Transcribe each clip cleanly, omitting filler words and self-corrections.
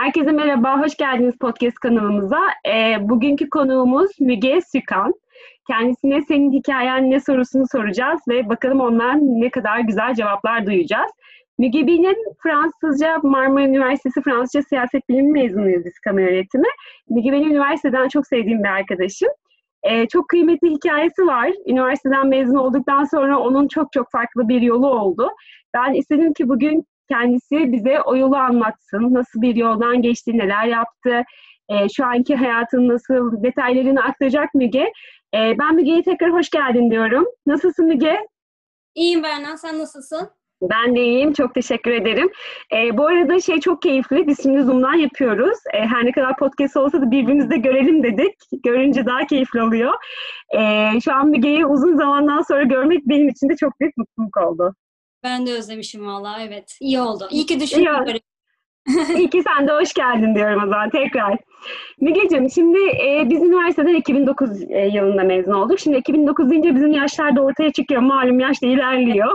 Herkese merhaba, hoş geldiniz podcast kanalımıza. Bugünkü konuğumuz Müge Sükan. Kendisine senin hikayen ne sorusunu soracağız ve bakalım ondan ne kadar güzel cevaplar duyacağız. Müge Bey'in Fransızca Marmara Üniversitesi Fransızca Siyaset Bilimi mezunuyuz biz kamu yönetimi. Müge Bey'in üniversiteden çok sevdiğim bir arkadaşım. Çok kıymetli hikayesi var. Üniversiteden mezun olduktan sonra onun çok farklı bir yolu oldu. Ben istedim ki bugün kendisi bize o yolu anlatsın. Nasıl bir yoldan geçti, neler yaptı, şu anki hayatın nasıl detaylarını aktaracak Müge. Ben Müge'ye tekrar hoş geldin diyorum. Nasılsın Müge? İyiyim Berna, sen nasılsın? Ben de iyiyim, çok teşekkür ederim. Bu arada çok keyifli, biz şimdi Zoom'dan yapıyoruz. Her ne kadar podcast olsa da birbirimizi de görelim dedik. Görünce daha keyifli oluyor. Şu an Müge'yi uzun zamandan sonra görmek benim için de çok büyük mutluluk oldu. Ben de özlemişim vallahi, evet. İyi oldu. İyi ki İyi, düşündüm. iyi ki sen de hoş geldin diyorum o zaman tekrar. Mügeciğim, şimdi biz üniversiteden 2009 yılında mezun olduk. Şimdi 2009 deyince bizim yaşlar da ortaya çıkıyor. Malum yaş da ilerliyor.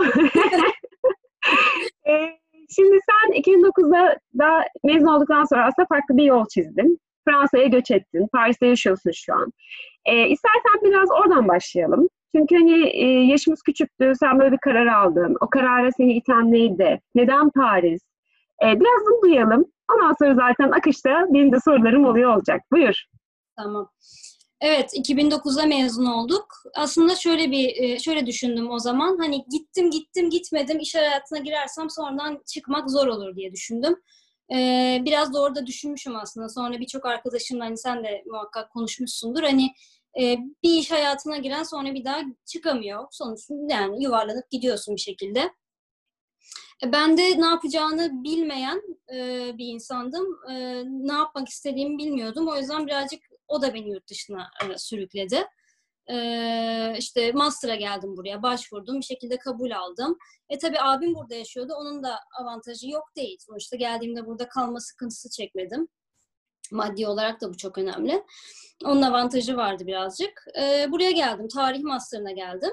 E, Şimdi sen 2009'da da mezun olduktan sonra aslında farklı bir yol çizdin. Fransa'ya göç ettin. Paris'te yaşıyorsun şu an. İstersen biraz oradan başlayalım. Çünkü hani yaşımız küçüktü, sen böyle bir karar aldın. O karara seni iten neydi? Neden Paris? Biraz bunu duyalım. Ondan sonra zaten akışta benim de sorularım oluyor olacak. Buyur. Tamam. Evet, 2009'da mezun olduk. Aslında şöyle düşündüm o zaman. Hani gittim gitmedim. İş hayatına girersem sonradan çıkmak zor olur diye düşündüm. Biraz da orada düşünmüşüm aslında. Sonra birçok arkadaşımla hani sen de muhakkak konuşmuşsundur. Hani bir iş hayatına giren sonra bir daha çıkamıyor. Sonuçta yani yuvarlanıp gidiyorsun bir şekilde. Ben de ne yapacağını bilmeyen bir insandım. Ne yapmak istediğimi bilmiyordum. O yüzden birazcık o da beni yurt dışına sürükledi. İşte master'a geldim buraya, başvurdum. Bir şekilde kabul aldım. Tabii abim burada yaşıyordu. Onun da avantajı yok değil. Sonuçta geldiğimde burada kalma sıkıntısı çekmedim. Maddi olarak da bu çok önemli. Onun avantajı vardı birazcık. Buraya geldim. Tarih master'ına geldim.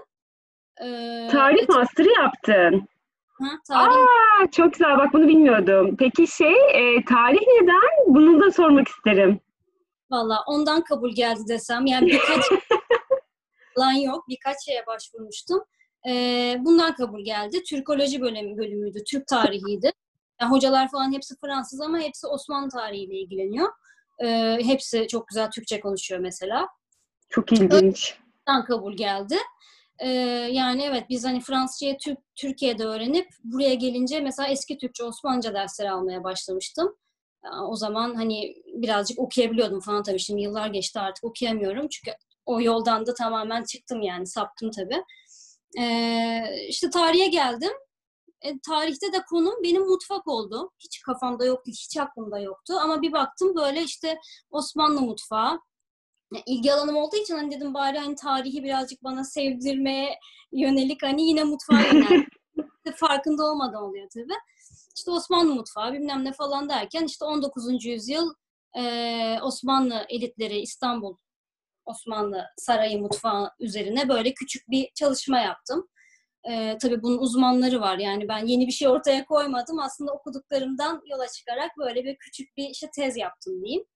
Tarih master'ı yaptın. Tarih. Çok güzel. Bak bunu bilmiyordum. Peki tarih neden? Bunu da sormak isterim. Valla ondan kabul geldi desem. Yani birkaç alan yok. Birkaç şeye başvurmuştum. Bundan kabul geldi. Türkoloji bölümüydü. Türk tarihiydi. Yani hocalar falan hepsi Fransız ama hepsi Osmanlı tarihiyle ilgileniyor. Hepsi çok güzel Türkçe konuşuyor mesela. Çok ilginç. Öyle kabul geldi. Yani evet biz hani Fransızcayı Türkiye'de öğrenip buraya gelince mesela eski Türkçe, Osmanlıca dersleri almaya başlamıştım. O zaman hani birazcık okuyabiliyordum falan tabii. Şimdi yıllar geçti artık okuyamıyorum. Çünkü o yoldan da tamamen çıktım yani saptım tabii. İşte tarihe geldim. Tarihte de konum benim mutfak oldu. Hiç kafamda yoktu, hiç aklımda yoktu. Ama bir baktım böyle işte Osmanlı mutfağı. İlgi alanım olduğu için hani dedim bari hani tarihi birazcık bana sevdirmeye yönelik hani yine mutfağa yöneldim. Farkında olmadan oluyor tabii. İşte Osmanlı mutfağı bilmem ne falan derken işte 19. yüzyıl Osmanlı elitleri İstanbul Osmanlı Sarayı mutfağı üzerine böyle küçük bir çalışma yaptım. Tabii bunun uzmanları var. Yani ben yeni bir şey ortaya koymadım. Aslında okuduklarımdan yola çıkarak böyle bir küçük bir işte tez yaptım diyeyim.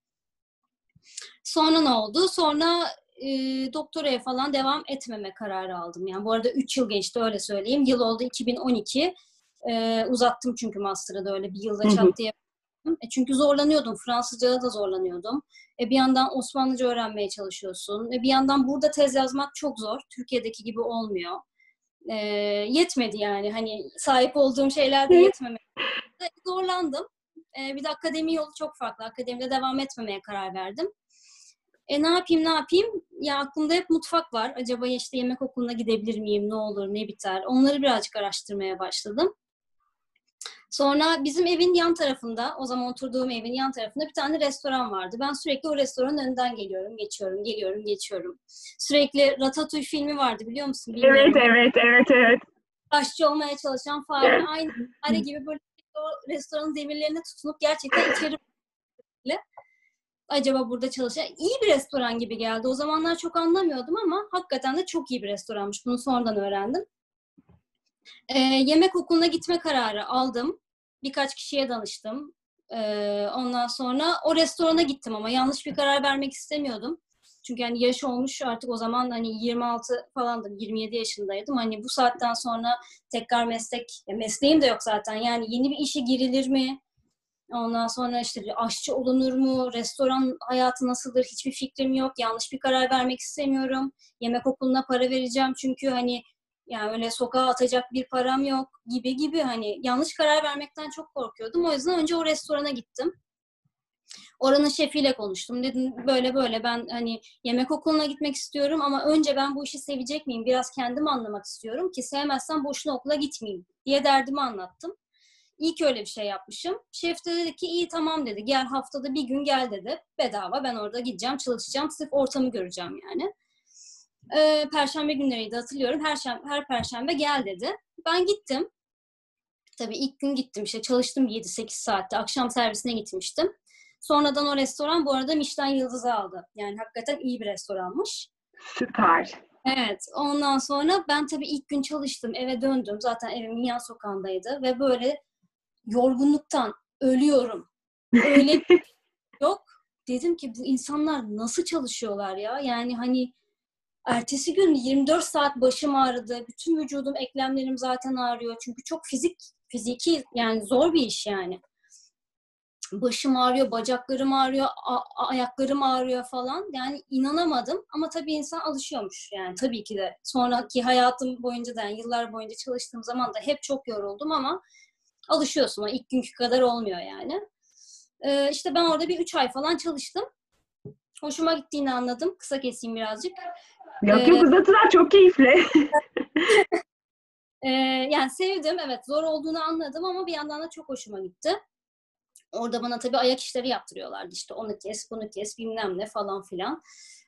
Sonra ne oldu? Sonra doktoraya falan devam etmeme kararı aldım. Yani bu arada 3 yıl geçti öyle söyleyeyim. Yıl oldu 2012. Uzattım çünkü master'ı da öyle bir yılda çat diye. Çünkü zorlanıyordum. Fransızca'da da zorlanıyordum. Bir yandan Osmanlıca öğrenmeye çalışıyorsun. Bir yandan burada tez yazmak çok zor. Türkiye'deki gibi olmuyor. Yetmedi yani. Hani sahip olduğum şeyler de yetmemedi. Zorlandım. Bir de akademi yolu çok farklı. Akademide devam etmemeye karar verdim. Ne yapayım? Ya aklımda hep mutfak var. Acaba işte yemek okuluna gidebilir miyim? Ne olur, ne biter? Onları birazcık araştırmaya başladım. Sonra bizim evin yan tarafında, o zaman oturduğum evin yan tarafında bir tane restoran vardı. Ben sürekli o restoranın önünden geçiyorum. Sürekli Ratatouille filmi vardı biliyor musun? Evet, Bilmiyorum. evet. Aşçı olmaya çalışan fare. Aynı fare gibi böyle o restoranın demirlerine tutunup gerçekten içeri acaba burada çalışan iyi bir restoran gibi geldi. O zamanlar çok anlamıyordum ama hakikaten de çok iyi bir restoranmış. Bunu sonradan öğrendim. Yemek okuluna gitme kararı aldım. Birkaç kişiye danıştım. Ondan sonra o restorana gittim ama yanlış bir karar vermek istemiyordum. Çünkü hani yaş olmuş artık, o zaman hani 26 falandım, 27 yaşındaydım. Hani bu saatten sonra tekrar mesleğim de yok zaten. Yani yeni bir işe girilir mi? Ondan sonra işte bir aşçı olunur mu? Restoran hayatı nasıldır? Hiçbir fikrim yok. Yanlış bir karar vermek istemiyorum. Yemek okuluna para vereceğim çünkü hani yani öyle sokağa atacak bir param yok gibi hani yanlış karar vermekten çok korkuyordum. O yüzden önce o restorana gittim. Oranın şefiyle konuştum. Dedim böyle ben hani yemek okuluna gitmek istiyorum ama önce ben bu işi sevecek miyim? Biraz kendimi anlamak istiyorum ki sevmezsem boşuna okula gitmeyeyim diye derdimi anlattım. İyi ki öyle bir şey yapmışım. Şef de dedi ki iyi tamam dedi. Gel haftada bir gün gel dedi. Bedava, ben orada gideceğim, çalışacağım. Sırf ortamı göreceğim yani. Perşembe günleriydi hatırlıyorum. Her perşembe gel dedi. Ben gittim. Tabii ilk gün gittim işte çalıştım 7-8 saatte. Akşam servisine gitmiştim. Sonradan o restoran bu arada Michelin yıldızı aldı. Yani hakikaten iyi bir restoranmış. Süper. Evet. Ondan sonra ben tabii ilk gün çalıştım. Eve döndüm. Zaten evim yan sokağındaydı. Ve böyle yorgunluktan ölüyorum. Öyle yok. Dedim ki bu insanlar nasıl çalışıyorlar ya? Yani hani ertesi gün 24 saat başım ağrıdı. Bütün vücudum, eklemlerim zaten ağrıyor. Çünkü çok fiziki yani zor bir iş yani. Başım ağrıyor, bacaklarım ağrıyor, ayaklarım ağrıyor falan. Yani inanamadım ama tabii insan alışıyormuş. Yani tabii ki de sonraki hayatım boyunca da yani yıllar boyunca çalıştığım zaman da hep çok yoruldum ama alışıyorsun. O ilk günkü kadar olmuyor yani. İşte ben orada bir 3 ay falan çalıştım. Hoşuma gittiğini anladım. Kısa keseyim birazcık. Yok uzatılar, çok keyifli. Yani sevdim, evet, zor olduğunu anladım ama bir yandan da çok hoşuma gitti. Orada bana tabii ayak işleri yaptırıyorlardı, işte onu kes, bunu kes, bilmem ne falan filan.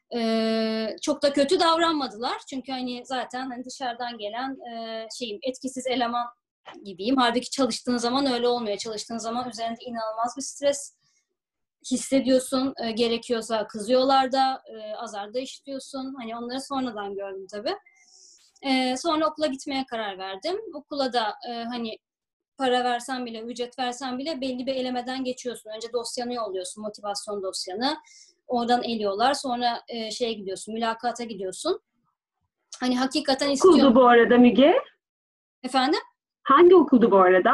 Çok da kötü davranmadılar. Çünkü hani zaten hani dışarıdan gelen etkisiz eleman gibiyim. Halbuki çalıştığın zaman öyle olmuyor. Çalıştığın zaman üzerinde inanılmaz bir stres hissediyorsun. Gerekiyorsa kızıyorlar da, azar da işitiyorsun. Hani onları sonradan gördüm tabii. Sonra okula gitmeye karar verdim. Okula da hani para versen bile, ücret versen bile belli bir elemeden geçiyorsun. Önce dosyanı yolluyorsun, motivasyon dosyanı. Oradan eliyorlar. Sonra şeye gidiyorsun, mülakata gidiyorsun. Hani hakikaten istiyorum. Okuldu bu arada Müge? Efendim? Hangi okuldu bu arada?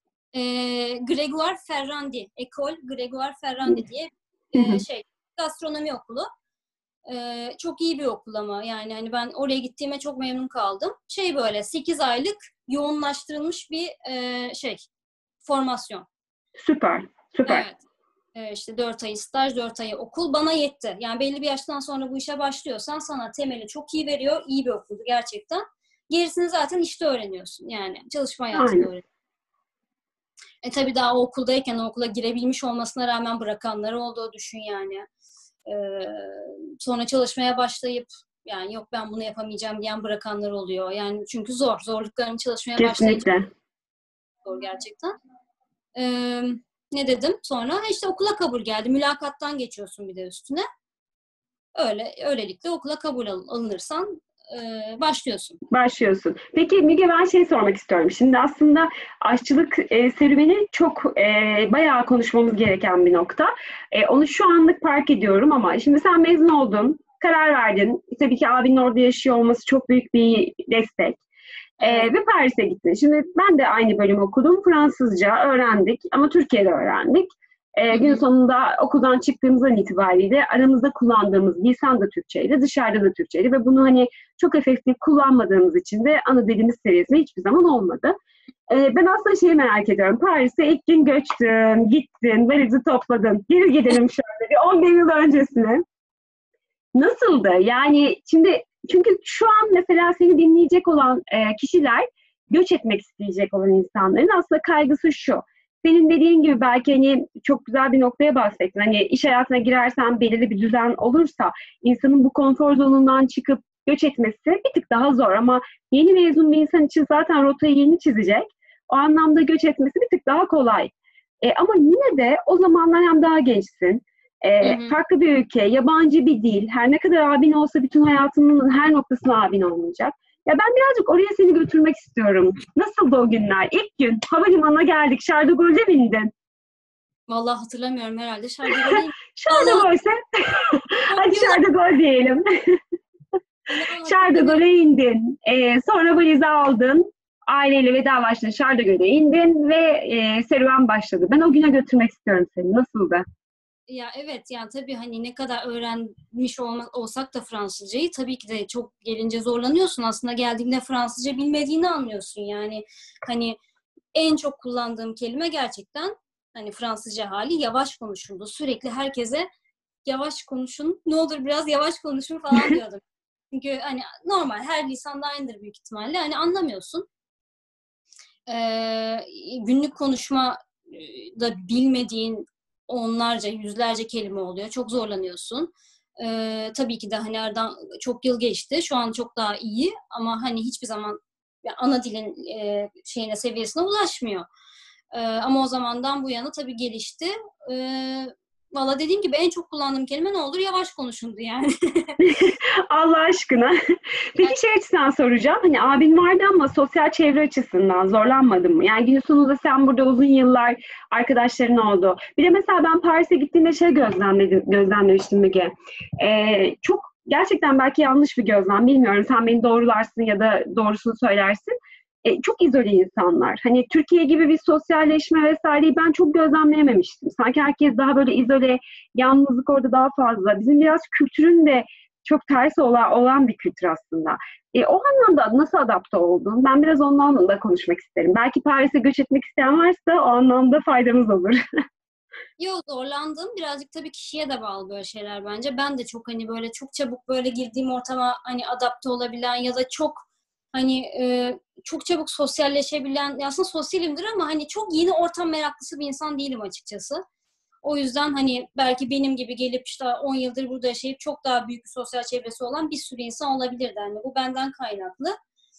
Gregoire Ferrandi, Ekol Gregoire Ferrandi diye gastronomi okulu. Çok iyi bir okul ama yani hani ben oraya gittiğime çok memnun kaldım. Böyle 8 aylık yoğunlaştırılmış bir formasyon. Süper. Evet. İşte 4 ay staj, 4 ay okul bana yetti. Yani belli bir yaştan sonra bu işe başlıyorsan sana temeli çok iyi veriyor. İyi bir okuldu gerçekten. Gerisini zaten işte öğreniyorsun. Yani çalışma hayatında öğreniyorsun. Tabii daha o okuldayken o okula girebilmiş olmasına rağmen bırakanları olduğu düşün yani. Sonra çalışmaya başlayıp yani yok ben bunu yapamayacağım diyen bırakanlar oluyor. Yani çünkü zorluklarını çalışmaya Kesinlikle. başlayınca zor gerçekten. Ne dedim? Sonra işte okula kabul geldi. Mülakattan geçiyorsun bir de üstüne. Öylelikle okula kabul alınırsan başlıyorsun. Peki Müge, ben sormak istiyorum. Şimdi aslında aşçılık serüveni çok bayağı konuşmamız gereken bir nokta. Onu şu anlık park ediyorum ama şimdi sen mezun oldun, karar verdin. Tabii ki abinin orada yaşıyor olması çok büyük bir destek. Ve Paris'e gittin. Şimdi ben de aynı bölüm okudum. Fransızca öğrendik ama Türkiye'de öğrendik. Gün sonunda okuldan çıktığımızdan itibariyle aramızda kullandığımız lisan da Türkçeydi, dışarıda da Türkçeydi ve bunu hani çok efektif kullanmadığımız için de ana dilimiz seviyesinde hiçbir zaman olmadı. Ben aslında merak ediyorum. Paris'e ilk gün göçtün, gittin, valizi topladın. Geri gidelim şöyle bir 11 yıl öncesine. Nasıldı? Yani şimdi çünkü şu an mesela seni dinleyecek olan kişiler, göç etmek isteyecek olan insanların aslında kaygısı şu. Senin dediğin gibi belki hani çok güzel bir noktaya bahsettin. Hani iş hayatına girersen belirli bir düzen olursa insanın bu konfor zonundan çıkıp göç etmesi bir tık daha zor ama yeni mezun bir insan için zaten rotayı yeni çizecek. O anlamda göç etmesi bir tık daha kolay. Ama yine de o zamanlar hem daha gençsin. Farklı bir ülke, yabancı bir dil, her ne kadar abin olsa bütün hayatının her noktasına abin olmayacak. Ya ben birazcık oraya seni götürmek istiyorum. Nasıldı o günler? İlk gün havalimanına geldik, Charles de Gaulle'de bindin. Vallahi hatırlamıyorum herhalde. Charles de Gaulle'yim. Charles de Allah Gaulle ise çok hadi yıl Charles de Gaulle diyelim. inan Charles de hatırlamıyorum. Gaulle'e indin. Sonra valizi aldın. Aileyle vedalaştın. Charles de Gaulle'e indin ve serüven başladı. Ben o güne götürmek istiyorum seni. Nasıldı? Ya evet yani tabii hani ne kadar öğrenmiş olsak da Fransızcayı tabii ki de çok gelince zorlanıyorsun. Aslında geldiğinde Fransızca bilmediğini anlıyorsun. Yani hani en çok kullandığım kelime gerçekten hani Fransızca hali yavaş konuşuldu. Sürekli herkese yavaş konuşun, ne olur biraz yavaş konuşun falan diyordum. Çünkü hani normal her lisanda aynıdır büyük ihtimalle. Hani anlamıyorsun. Günlük konuşma da bilmediğin onlarca, yüzlerce kelime oluyor. Çok zorlanıyorsun. Tabii ki de hani aradan çok yıl geçti. Şu an çok daha iyi ama hani hiçbir zaman yani ana dilin seviyesine ulaşmıyor. Ama o zamandan bu yana tabii gelişti. Valla dediğim gibi en çok kullandığım kelime ne olur? Yavaş konuşuldu yani. Allah aşkına. Peki şey açısından soracağım. Hani abin vardı ama sosyal çevre açısından zorlanmadın mı? Yani günün sonunda sen burada uzun yıllar arkadaşların oldu. Bir de mesela ben Paris'e gittiğimde şey gözlemlemiştim Müge. Çok gerçekten belki yanlış bir gözlem. Bilmiyorum sen beni doğrularsın ya da doğrusunu söylersin. Çok izole insanlar. Hani Türkiye gibi bir sosyalleşme vesaireyi ben çok gözlemleyememiştim. Sanki herkes daha böyle izole, yalnızlık orada daha fazla. Bizim biraz kültürün de çok tersi olan bir kültür aslında. O anlamda nasıl adapte oldun? Ben biraz ondan da konuşmak isterim. Belki Paris'e göç etmek isteyen varsa o anlamda faydamız olur. Yok zorlandım. Birazcık tabii kişiye de bağlı böyle şeyler bence. Ben de çok hani böyle çok çabuk böyle girdiğim ortama hani adapte olabilen ya da çok hani çok çabuk sosyalleşebilen ya aslında sosyalimdir ama hani çok yeni ortam meraklısı bir insan değilim açıkçası. O yüzden hani belki benim gibi gelip işte 10 yıldır burada yaşayıp çok daha büyük bir sosyal çevresi olan bir sürü insan olabilirdi. Yani bu benden kaynaklı.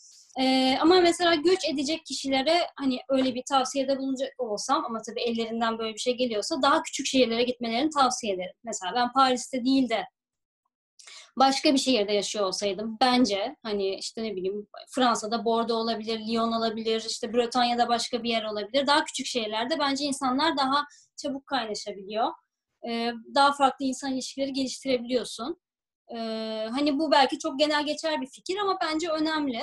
Ama mesela göç edecek kişilere hani öyle bir tavsiyede bulunacak olsam ama tabii ellerinden böyle bir şey geliyorsa daha küçük şehirlere gitmelerini tavsiye ederim. Mesela ben Paris'te değil de başka bir şehirde yaşıyor olsaydım bence hani işte ne bileyim Fransa'da Bordeaux olabilir, Lyon olabilir, işte Bretanya'da başka bir yer olabilir. Daha küçük şehirlerde bence insanlar daha çabuk kaynaşabiliyor. Daha farklı insan ilişkileri geliştirebiliyorsun. Hani bu belki çok genel geçer bir fikir ama bence önemli.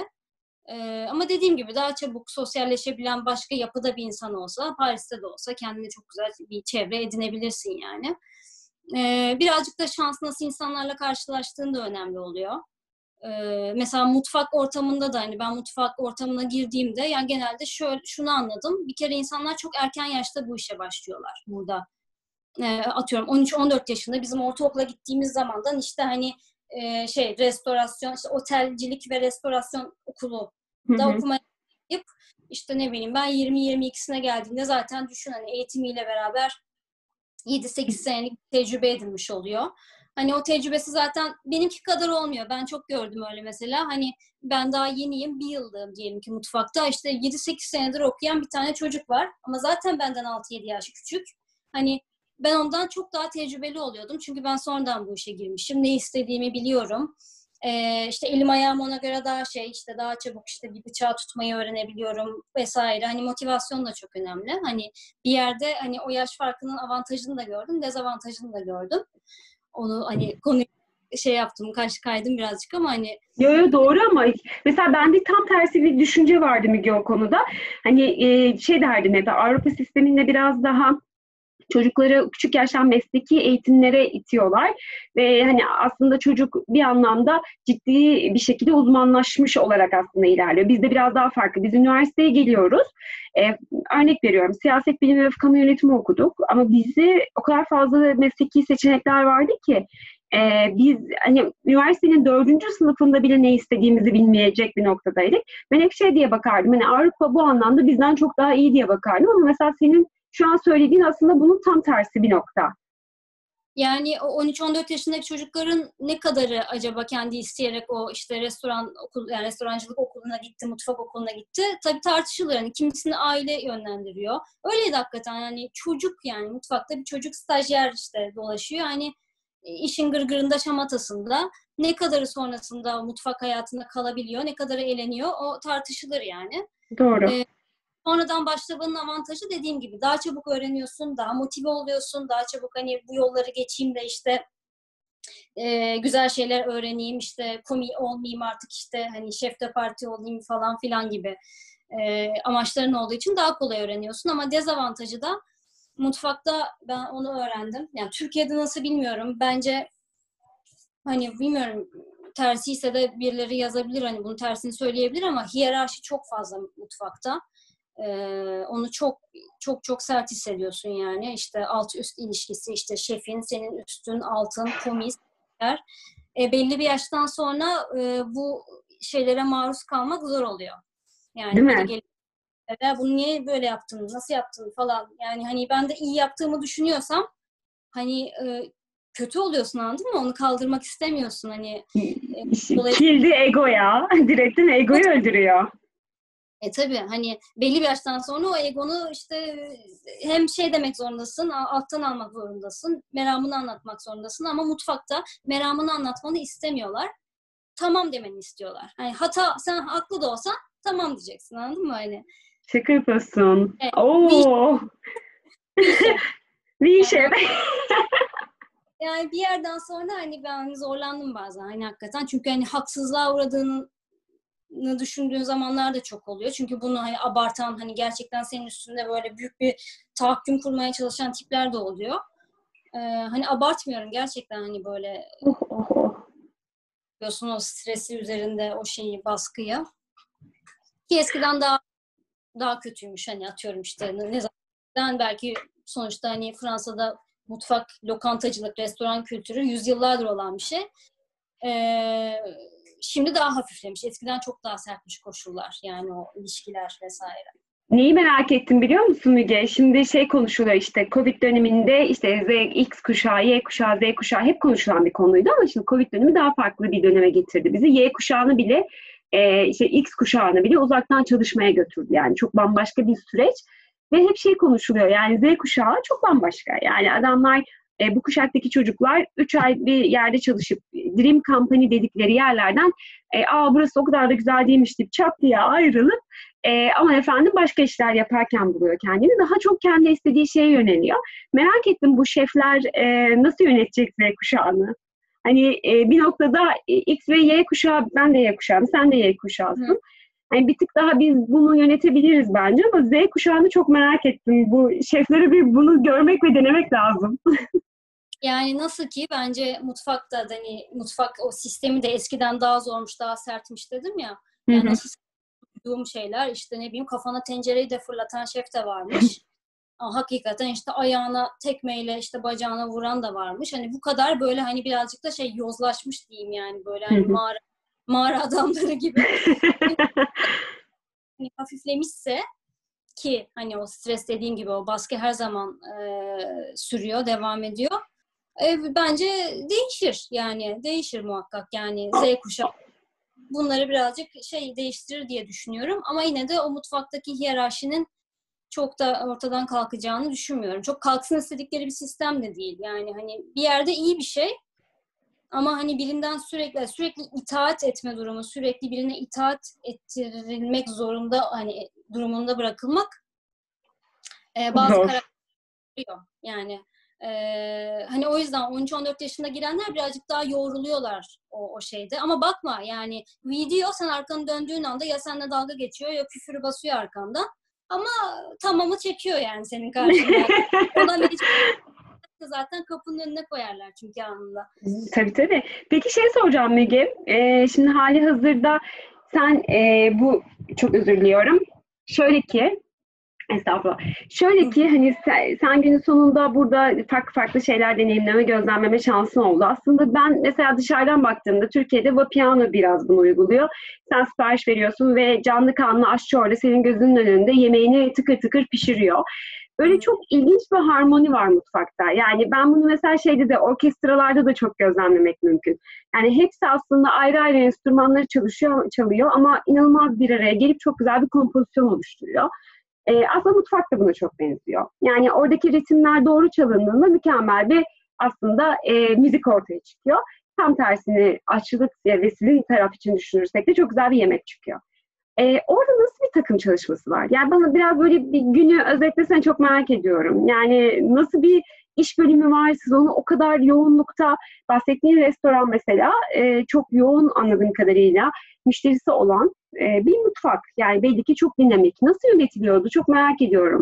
Ama dediğim gibi daha çabuk sosyalleşebilen başka yapıda bir insan olsa, Paris'te de olsa kendine çok güzel bir çevre edinebilirsin yani. Birazcık da şans nasıl insanlarla karşılaştığın da önemli oluyor. Mesela mutfak ortamında da hani ben mutfak ortamına girdiğimde yani genelde şunu anladım. Bir kere insanlar çok erken yaşta bu işe başlıyorlar burada. Atıyorum 13-14 yaşında bizim ortaokula gittiğimiz zamandan işte hani restorasyon, işte otelcilik ve restorasyon okulu Hı da hı. okumaya yapıp işte ne bileyim ben 20-22'sine geldiğinde zaten düşün hani eğitimiyle beraber 7-8 senelik tecrübe edinmiş oluyor. Hani o tecrübesi zaten benimki kadar olmuyor. Ben çok gördüm öyle mesela. Hani ben daha yeniyim. Bir yıldım diyelim ki mutfakta. İşte 7-8 senedir okuyan bir tane çocuk var. Ama zaten benden 6-7 yaş küçük. Hani ben ondan çok daha tecrübeli oluyordum. Çünkü ben sonradan bu işe girmişim. Ne istediğimi biliyorum. İşte elim ayağım ona göre daha işte daha çabuk işte bir bıçağı tutmayı öğrenebiliyorum vesaire. Hani motivasyon da çok önemli. Hani bir yerde hani o yaş farkının avantajını da gördüm, dezavantajını da gördüm. Onu hani konuyu yaptım, kaydım birazcık ama hani Yo, yo, doğru ama mesela bende tam tersi bir düşünce vardı Müge o konuda. Hani şey derdim hep Avrupa sisteminde biraz daha çocukları küçük yaştan mesleki eğitimlere itiyorlar ve hani aslında çocuk bir anlamda ciddi bir şekilde uzmanlaşmış olarak aslında ilerliyor. Bizde biraz daha farklı. Biz üniversiteye geliyoruz. Örnek veriyorum siyaset bilimi ve kamu yönetimi okuduk ama bizi o kadar fazla mesleki seçenekler vardı ki biz hani üniversitenin 4. sınıfında bile ne istediğimizi bilmeyecek bir noktadaydık. Ben hep şey diye bakardım. Hani Avrupa bu anlamda bizden çok daha iyi diye bakardım ama mesela senin şu an söylediğin aslında bunun tam tersi bir nokta. yani o 13-14 yaşındaki çocukların ne kadarı acaba kendi isteyerek o işte yani restorancılık okuluna gitti, mutfak okuluna gitti. Tabii tartışılır. Yani kimisini aile yönlendiriyor. Öyleydi hakikaten yani çocuk yani mutfakta bir çocuk stajyer işte dolaşıyor. Yani işin gırgırında şamatasında ne kadarı sonrasında mutfak hayatında kalabiliyor, ne kadarı eleniyor o tartışılır yani. Doğru. E, sonradan başlamanın avantajı dediğim gibi daha çabuk öğreniyorsun, daha motive oluyorsun, daha çabuk hani bu yolları geçeyim de işte güzel şeyler öğreneyim, işte komik olmayayım artık, işte hani şef de parti olayım falan filan gibi amaçların olduğu için daha kolay öğreniyorsun. Ama dezavantajı da mutfakta, ben onu öğrendim. Yani Türkiye'de nasıl bilmiyorum. Bence hani bilmiyorum, tersiyse de birileri yazabilir, hani bunun tersini söyleyebilir, ama hiyerarşi çok fazla mutfakta. Onu çok çok çok sert hissediyorsun yani. İşte alt üst ilişkisi, işte şefin, senin üstün, altın, komis. Belli bir yaştan sonra bu şeylere maruz kalmak zor oluyor. Değil Yani biri mi? gelip bunu niye böyle yaptın, nasıl yaptın falan. Yani hani ben de iyi yaptığımı düşünüyorsam hani kötü oluyorsun, anladın mı? Onu kaldırmak istemiyorsun hani. Dolayısıyla Kildi ego ya. Direkten egoyu öldürüyor. tabii hani belli bir yaştan sonra o egonu işte hem şey demek zorundasın, alttan almak zorundasın, meramını anlatmak zorundasın, ama mutfakta meramını anlatmanı istemiyorlar. Tamam demeni istiyorlar. Hani hata, sen haklı da olsan tamam diyeceksin, anladın mı hani? Şaka yapıyorsun. Evet, Oo, bu işe. bir işe. Yani, yani bir yerden sonra hani ben zorlandım bazen hani hakikaten. Çünkü hani haksızlığa uğradığını düşündüğün zamanlar da çok oluyor. Çünkü bunu hani abartan, hani gerçekten senin üstünde böyle büyük bir tahakküm kurmaya çalışan tipler de oluyor. Hani abartmıyorum gerçekten, hani böyle Oh, oh, oh. diyorsun o stresi üzerinde, o şeyi, baskıyı. Ki eskiden daha kötüymüş, hani atıyorum işte ne zaman belki, sonuçta hani Fransa'da mutfak, lokantacılık, restoran kültürü yüzyıllardır olan bir şey. Ee, Şimdi daha hafiflemiş. Eskiden çok daha sertmiş koşullar. Yani o ilişkiler vesaire. Neyi merak ettim biliyor musun Müge? Şimdi şey konuşuluyor işte Covid döneminde işte X kuşağı, Y kuşağı, Z kuşağı hep konuşulan bir konuydu ama şimdi Covid dönemi daha farklı bir döneme getirdi bizi. Y kuşağını bile işte X kuşağını bile uzaktan çalışmaya götürdü. Yani çok bambaşka bir süreç ve hep şey konuşuluyor yani Z kuşağı çok bambaşka. Yani adamlar bu kuşaktaki çocuklar 3 ay bir yerde çalışıp Dream Company dedikleri yerlerden burası o kadar da güzel değilmiş deyip çat diye ayrılıp ama efendim başka işler yaparken buluyor kendini. Daha çok kendi istediği şeye yöneliyor. Merak ettim bu şefler nasıl yönetecek Z kuşağını? Hani bir noktada X ve Y kuşağı, ben de Y kuşağım, sen de Y Hı. kuşağısın. Hani bir tık daha biz bunu yönetebiliriz bence ama Z kuşağını çok merak ettim. Bu şefleri bir bunu görmek ve denemek lazım. Yani nasıl ki bence mutfakta hani mutfak o sistemi de eskiden daha zormuş, daha sertmiş dedim ya. Hı Yani hı. nasıl duyduğum şeyler, işte ne bileyim, kafana tencereyi de fırlatan şef de varmış. Hakikaten işte ayağına tekmeyle işte bacağına vuran da varmış. Hani bu kadar böyle hani birazcık da şey yozlaşmış diyeyim, yani böyle Hı hani hı. mağara adamları gibi. Hani hafiflemişse, ki hani o stres dediğim gibi, o baskı her zaman sürüyor, devam ediyor. Bence değişir, yani değişir muhakkak, yani Z kuşağı bunları birazcık şey değiştirir diye düşünüyorum, ama yine de o mutfaktaki hiyerarşinin çok da ortadan kalkacağını düşünmüyorum. Çok kalksın istedikleri bir sistem de değil. Yani hani bir yerde iyi bir şey, ama hani birinden sürekli itaat etme durumu, sürekli birine itaat ettirilmek zorunda hani durumunda bırakılmak Çok bazı zor. karakteriyor. Yani hani o yüzden 13-14 yaşında girenler birazcık daha yoğruluyorlar o şeyde. Ama bakma yani, video sen arkanı döndüğün anda ya seninle dalga geçiyor ya küfürü basıyor arkandan. Ama tamamı çekiyor yani senin karşında. Ona mecbur zaten kapının önüne koyarlar çünkü anında. Tabii tabii. Peki şey soracağım Müge. Şimdi hali hazırda sen bu çok özür diliyorum. Şöyle ki estağfurullah. Şöyle Hı. ki hani sen günün sonunda burada farklı farklı şeyler deneyimleme, gözlemleme şansın oldu. Aslında ben mesela dışarıdan baktığımda Türkiye'de Vapiano biraz bunu uyguluyor. Sen sipariş veriyorsun ve canlı kanlı aşçı orada senin gözünün önünde yemeğini tıkır tıkır pişiriyor. Böyle Hı. çok ilginç bir harmoni var mutfakta. Yani ben bunu mesela şeyde de orkestralarda da çok gözlemlemek mümkün. Yani hepsi aslında ayrı ayrı enstrümanları çalıyor ama inanılmaz bir araya gelip çok güzel bir kompozisyon oluşturuyor. Aslında mutfak da buna çok benziyor. Yani oradaki ritimler doğru çalındığında mükemmel bir aslında müzik ortaya çıkıyor. Tam tersini aşçılık ve sizin taraf için düşünürsek de çok güzel bir yemek çıkıyor. Orada nasıl bir takım çalışması var? Yani bana biraz böyle bir günü özetlesen, çok merak ediyorum. Yani nasıl bir iş bölümü var? Siz onu o kadar yoğunlukta, bahsettiğin restoran mesela çok yoğun anladığım kadarıyla müşterisi olan bir mutfak. Yani belli ki çok dinamik. Nasıl yönetiliyordu? Çok merak ediyorum.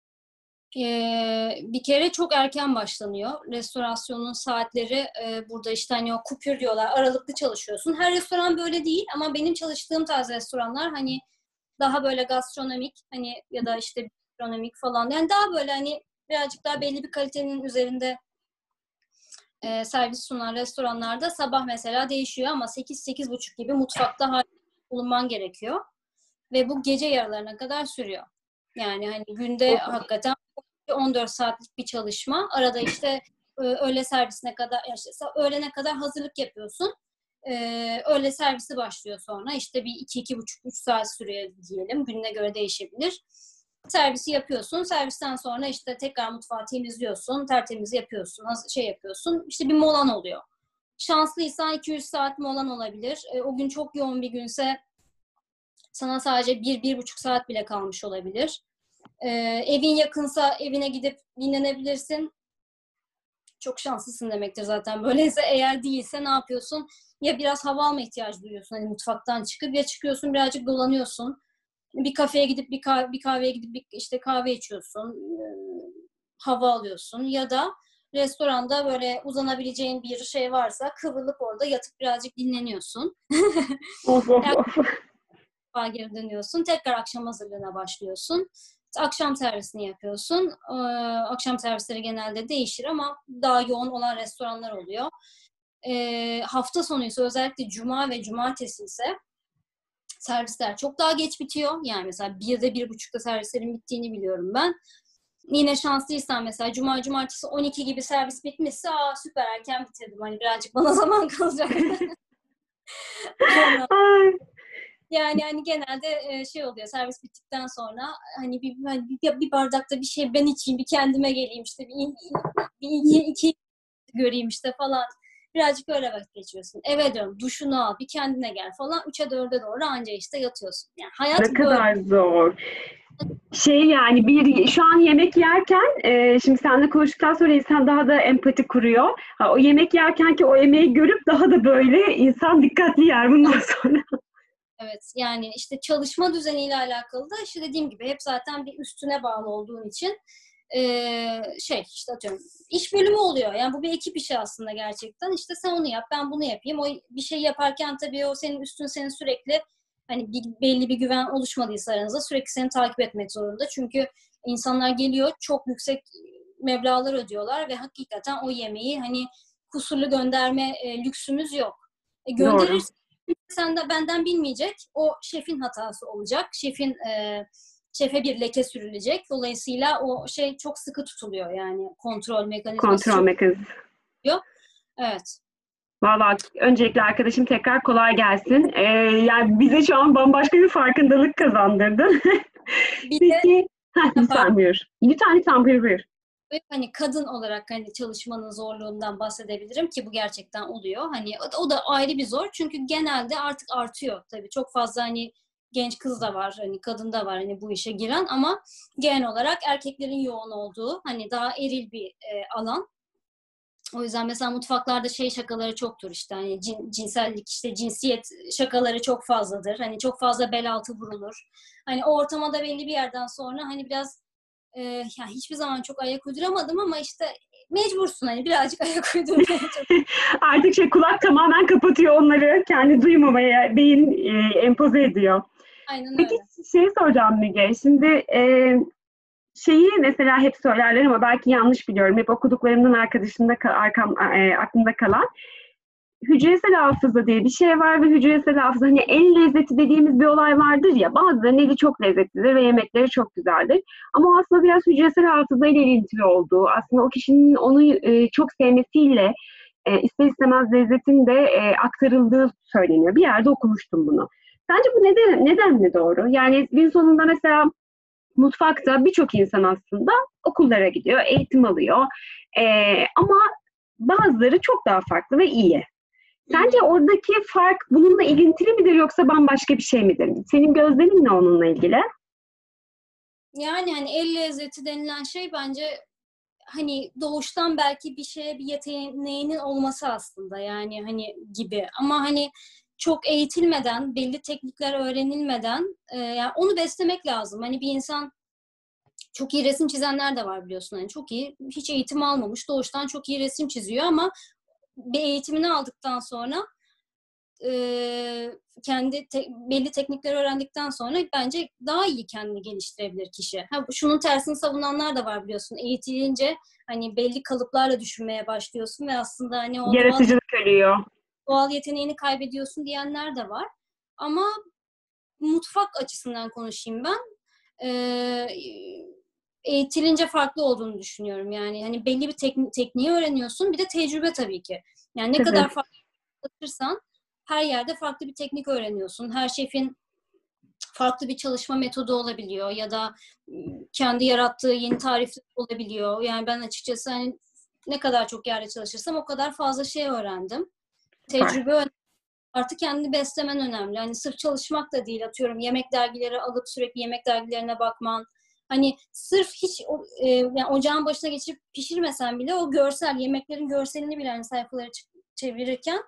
Bir kere çok erken başlanıyor. Restorasyonun saatleri burada işte hani o kupür diyorlar, aralıklı çalışıyorsun. Her restoran böyle değil ama benim çalıştığım tarz restoranlar hani daha böyle gastronomik hani ya da işte gastronomik falan. Yani daha böyle hani birazcık daha belli bir kalitenin üzerinde servis sunan restoranlarda sabah mesela değişiyor ama 8-8:30 gibi mutfakta bulunman gerekiyor. Ve bu gece yarılarına kadar sürüyor. Yani hani günde hakikaten 14 saatlik bir çalışma. Arada işte öğle servisine kadar, işte öğlene kadar hazırlık yapıyorsun. Öğle servisi başlıyor sonra. İşte bir 2-2,5-3 saat sürüyor diyelim. Gününe göre değişebilir. Servisi yapıyorsun. Servisten sonra işte tekrar mutfağı temizliyorsun. Tertemiz yapıyorsun. Şey yapıyorsun. İşte bir molan oluyor. Şanslıysan 200 saat molan olabilir. O gün çok yoğun bir günse sana sadece 1-1,5 saat bile kalmış olabilir. Evin yakınsa evine gidip dinlenebilirsin. Çok şanslısın demektir zaten. Böyleyse eğer değilse ne yapıyorsun? Ya biraz hava alma ihtiyacı duyuyorsun hani mutfaktan çıkıp, ya çıkıyorsun birazcık dolanıyorsun. Bir kafeye gidip bir kahveye gidip işte kahve içiyorsun. Hava alıyorsun ya da restoranda böyle uzanabileceğin bir şey varsa kıvrılıp orada yatıp birazcık dinleniyorsun. Of of of. Geri dönüyorsun. Tekrar akşam hazırlığına başlıyorsun. Akşam servisini yapıyorsun. Akşam servisleri genelde değişir ama daha yoğun olan restoranlar oluyor. Hafta sonu ise özellikle cuma ve cumartesi ise servisler çok daha geç bitiyor. Yani mesela 1'de 1:30'da servislerin bittiğini biliyorum ben. Yine şanslıysan mesela cumartesi 12 gibi servis bitmişse süper erken bitirdim. Hani birazcık bana zaman kalacak. Yani hani genelde şey oluyor servis bittikten sonra hani bir bardakta bir şey ben içeyim, bir kendime geleyim işte bir iki göreyim işte falan. Birazcık öyle vakit geçiyorsun. Eve dön, duşunu al, bir kendine gel falan. 3'e 4'e doğru anca işte yatıyorsun. Yani hayat Ne böyle. kadar zor. Yani şu an yemek yerken şimdi seninle konuştuktan sonra insan daha da empati kuruyor. O yemek yerken ki o yemeği görüp daha da böyle insan dikkatli yer bundan sonra. Evet yani işte çalışma düzeniyle alakalı da işte dediğim gibi hep zaten bir üstüne bağlı olduğun için işte atıyorum iş bölümü oluyor. Yani bu bir ekip işi aslında gerçekten. İşte sen onu yap, ben bunu yapayım. O bir şey yaparken tabii o senin üstün seni sürekli hani belli bir güven oluşmadıysa aranızda sürekli seni takip etmek zorunda. Çünkü insanlar geliyor çok yüksek meblağlar ödüyorlar ve hakikaten o yemeği hani kusurlu gönderme lüksümüz yok. Doğru. Gönderirsen sen de benden bilmeyecek. O şefin hatası olacak. Şefe bir leke sürülecek. Dolayısıyla o şey çok sıkı tutuluyor yani kontrol mekanizması Kontrol çok mekanizması. tutuluyor. Evet. Valla öncelikle arkadaşım tekrar kolay gelsin. Yani bize şu an bambaşka bir farkındalık kazandırdın. Bir de Peki, pardon, lütfen buyur. Lütfen buyur buyur. hani kadın olarak hani çalışmanın zorluğundan bahsedebilirim ki bu gerçekten oluyor. Hani o da ayrı bir zor. Çünkü genelde artık artıyor tabii. Çok fazla hani genç kız da var, hani kadın da var hani bu işe giren ama genel olarak erkeklerin yoğun olduğu hani daha eril bir alan. O yüzden mesela mutfaklarda şey şakaları çoktur işte hani cinsellik işte cinsiyet şakaları çok fazladır. Hani çok fazla bel altı vurulur. Hani o ortama da belli bir yerden sonra hani biraz yani hiçbir zaman çok ayak uyduramadım ama işte mecbursun hani birazcık ayak uydurmaya çalışıyorum. Artık kulak tamamen kapatıyor onları. Kendi duymamaya beyin empoze ediyor. Aynen Peki öyle. soracağım Müge. Şimdi mesela hep söylerler ama belki yanlış biliyorum. Hep okuduklarımdan aklımda kalan hücresel hafıza diye bir şey var ve hücresel hafıza hani el lezzeti dediğimiz bir olay vardır ya, bazılarının eli çok lezzetlidir ve yemekleri çok güzeldir. Ama aslında biraz hücresel hafıza ile ilintili olduğu, aslında o kişinin onu çok sevmesiyle ister istemez lezzetin de aktarıldığı söyleniyor. Bir yerde okumuştum bunu. Sence bu neden mi doğru? Yani gün sonunda mesela mutfakta birçok insan aslında okullara gidiyor, eğitim alıyor. Ama bazıları çok daha farklı ve iyi. Sence oradaki fark bununla ilintili midir yoksa bambaşka bir şey midir? Senin gözlemin ne onunla ilgili? Yani hani el lezzeti denilen şey bence hani doğuştan belki bir şeye bir yeteneğinin olması aslında yani hani gibi. Ama hani çok eğitilmeden, belli teknikler öğrenilmeden yani onu beslemek lazım. Hani bir insan çok iyi resim çizenler de var biliyorsun. Hani çok iyi, hiç eğitim almamış, doğuştan çok iyi resim çiziyor ama bir eğitimini aldıktan sonra kendi belli teknikleri öğrendikten sonra bence daha iyi kendini geliştirebilir kişi. Şunun tersini savunanlar da var biliyorsun. Eğitilince hani belli kalıplarla düşünmeye başlıyorsun ve aslında hani o Yaratıcılık ölüyor. doğal yeteneğini kaybediyorsun diyenler de var. Ama mutfak açısından konuşayım ben. Eğitilince farklı olduğunu düşünüyorum. Yani hani belli bir tekniği öğreniyorsun. Bir de tecrübe tabii ki. Yani ne Tabii. kadar farklı çalışırsan her yerde farklı bir teknik öğreniyorsun. Her şefin farklı bir çalışma metodu olabiliyor ya da kendi yarattığı yeni tarifler olabiliyor. Yani ben açıkçası hani ne kadar çok yerde çalışırsam o kadar fazla şey öğrendim. Tecrübe önemli. Artık kendini beslemen önemli. Hani sırf çalışmak da değil, atıyorum yemek dergileri alıp sürekli yemek dergilerine bakman. Hani sırf hiç yani ocağın başına geçip pişirmesen bile o görsel, yemeklerin görselini bile hani sayfaları çevirirken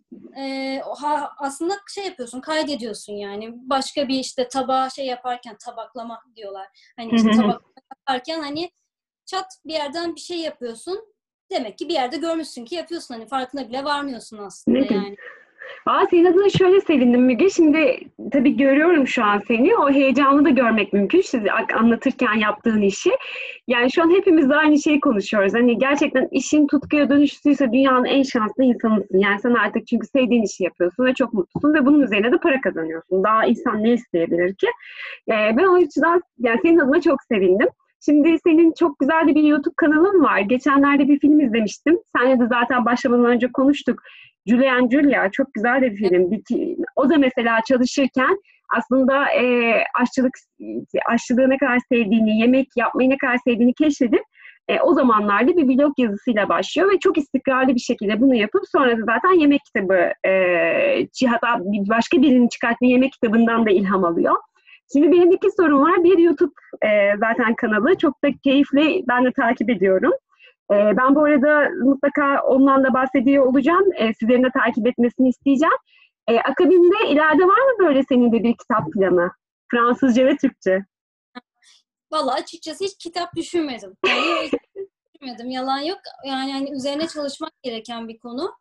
aslında şey yapıyorsun, kaydediyorsun yani. Başka bir işte tabağa şey yaparken, tabaklama diyorlar. Hani işte tabak yaparken hani çat bir yerden bir şey yapıyorsun. Demek ki bir yerde görmüşsün ki yapıyorsun. Hani farkına bile varmıyorsun aslında Ne güzel. yani. Senin adına şöyle sevindim Müge. Şimdi tabii görüyorum şu an seni. O heyecanı da görmek mümkün. Şimdi anlatırken yaptığın işi. Yani şu an hepimiz de aynı şeyi konuşuyoruz. Hani gerçekten işin tutkuya dönüştüyse dünyanın en şanslı insanısın. Yani sen artık çünkü sevdiğin işi yapıyorsun ve çok mutlusun ve bunun üzerine de para kazanıyorsun. Daha insan ne isteyebilir ki? Ben o yüzden yani senin adına çok sevindim. Şimdi senin çok güzel de bir YouTube kanalın var. Geçenlerde bir film izlemiştim. Seninle de zaten başlamadan önce konuştuk. Julie and Julia çok güzel de bir film. O da mesela çalışırken aslında aşçılığı ne kadar sevdiğini, yemek yapmayı ne kadar sevdiğini keşfedip o zamanlarda bir blog yazısıyla başlıyor ve çok istikrarlı bir şekilde bunu yapıp sonra da zaten yemek kitabı hatta başka birinin çıkarttığı yemek kitabından da ilham alıyor. Şimdi benim iki sorum var. Bir YouTube zaten kanalı. Çok da keyifli. Ben de takip ediyorum. Ben bu arada mutlaka ondan da bahsediyor olacağım. Sizlerin de takip etmesini isteyeceğim. Akabinde ileride var mı böyle senin de bir kitap planı? Fransızca ve Türkçe. Vallahi açıkçası hiç kitap düşünmedim. Yani hiç düşünmedim. Yalan yok. Yani hani üzerine çalışmak gereken bir konu.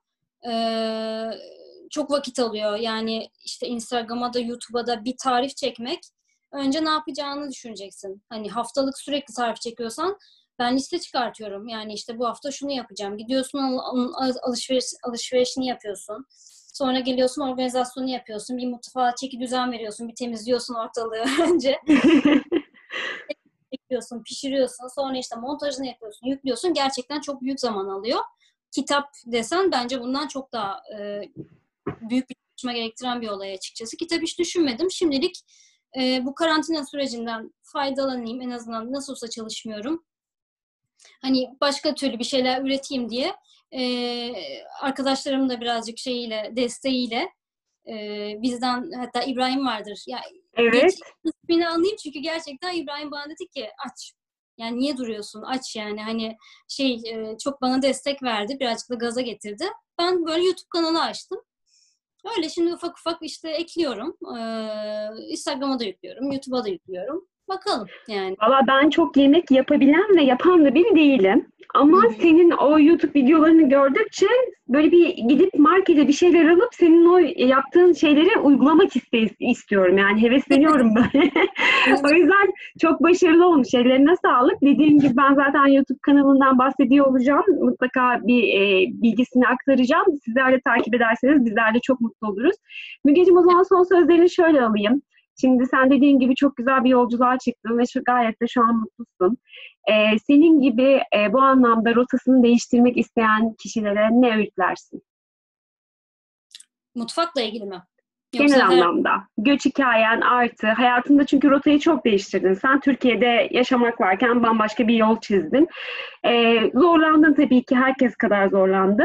Çok vakit alıyor. Yani işte Instagram'a da YouTube'a da bir tarif çekmek. Önce ne yapacağını düşüneceksin. Hani haftalık sürekli tarif çekiyorsan ben liste çıkartıyorum. Yani işte bu hafta şunu yapacağım. Gidiyorsun alışverişini yapıyorsun. Sonra geliyorsun organizasyonu yapıyorsun. Bir mutfağa çeki düzen veriyorsun. Bir temizliyorsun ortalığı önce. Ekliyorsun, pişiriyorsun. Sonra işte montajını yapıyorsun, yüklüyorsun. Gerçekten çok büyük zaman alıyor. Kitap desen bence bundan çok daha büyük bir çalışma gerektiren bir olay açıkçası. Kitap hiç düşünmedim. Şimdilik bu karantina sürecinden faydalanayım. En azından nasıl olsa çalışmıyorum. Hani başka türlü bir şeyler üreteyim diye arkadaşlarım da birazcık desteğiyle bizden hatta İbrahim vardır. Ya Evet. ismini anlayayım çünkü gerçekten İbrahim bana dedi ki aç. Yani niye duruyorsun? Aç yani. Hani çok bana destek verdi. Birazcık da gaza getirdi. Ben böyle YouTube kanalı açtım. Öyle şimdi ufak ufak işte ekliyorum. Instagram'a da yüklüyorum. YouTube'a da yüklüyorum. Bakalım yani. Valla ben çok yemek yapabilen ve yapan da biri değilim. Ama senin o YouTube videolarını gördükçe böyle bir gidip markete bir şeyler alıp senin o yaptığın şeyleri uygulamak istiyorum. Yani hevesleniyorum böyle. O yüzden çok başarılı olmuş. Ellerine sağlık. Dediğim gibi ben zaten YouTube kanalından bahsediyor olacağım. Mutlaka bir bilgisini aktaracağım. Sizler de takip ederseniz bizler de çok mutlu oluruz. Mügeciğim o zaman son sözlerini şöyle alayım. Şimdi sen dediğin gibi çok güzel bir yolculuğa çıktın ve gayet de şu an mutlusun. Senin gibi bu anlamda rotasını değiştirmek isteyen kişilere ne öğütlersin? Mutfakla ilgili mi? Genel anlamda. Göç hikayen artı. Hayatında çünkü rotayı çok değiştirdin. Sen Türkiye'de yaşamak varken bambaşka bir yol çizdin. Zorlandın tabii ki. Herkes kadar zorlandın.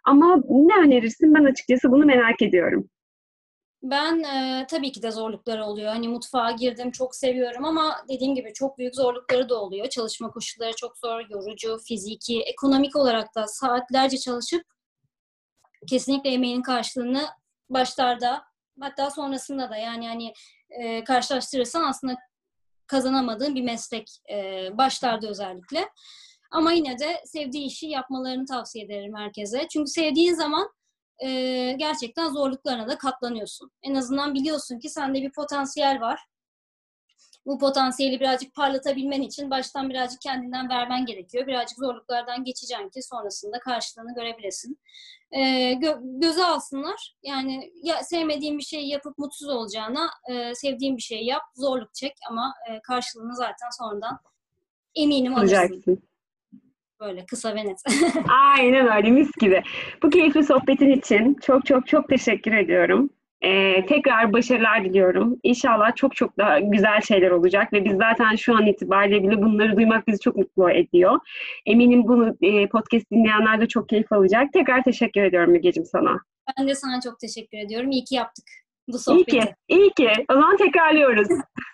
Ama ne önerirsin? Ben açıkçası bunu merak ediyorum. Ben tabii ki de zorlukları oluyor. Hani mutfağa girdim, çok seviyorum ama dediğim gibi çok büyük zorlukları da oluyor. Çalışma koşulları çok zor, yorucu, fiziki, ekonomik olarak da saatlerce çalışıp kesinlikle emeğinin karşılığını başlarda, hatta sonrasında da, yani hani karşılaştırırsan aslında kazanamadığın bir meslek, başlarda özellikle. Ama yine de sevdiği işi yapmalarını tavsiye ederim herkese. Çünkü sevdiğin zaman gerçekten zorluklarına da katlanıyorsun. En azından biliyorsun ki sende bir potansiyel var. Bu potansiyeli birazcık parlatabilmen için baştan birazcık kendinden vermen gerekiyor. Birazcık zorluklardan geçeceksin ki sonrasında karşılığını görebilesin. Göze alsınlar. Yani ya, sevmediğin bir şeyi yapıp mutsuz olacağına sevdiğin bir şeyi yap, zorluk çek ama karşılığını zaten sonradan eminim alırsın. Olacaksın. Böyle kısa ve net. Aynen öyle, mis gibi. Bu keyifli sohbetin için çok çok çok teşekkür ediyorum. Tekrar başarılar diliyorum. İnşallah çok çok daha güzel şeyler olacak ve biz zaten şu an itibariyle bile bunları duymak bizi çok mutlu ediyor. Eminim bunu podcast dinleyenler de çok keyif alacak. Tekrar teşekkür ediyorum Mügeciğim sana. Ben de sana çok teşekkür ediyorum. İyi ki yaptık bu İyi ki, sohbeti. iyi ki. O zaman tekrarlıyoruz.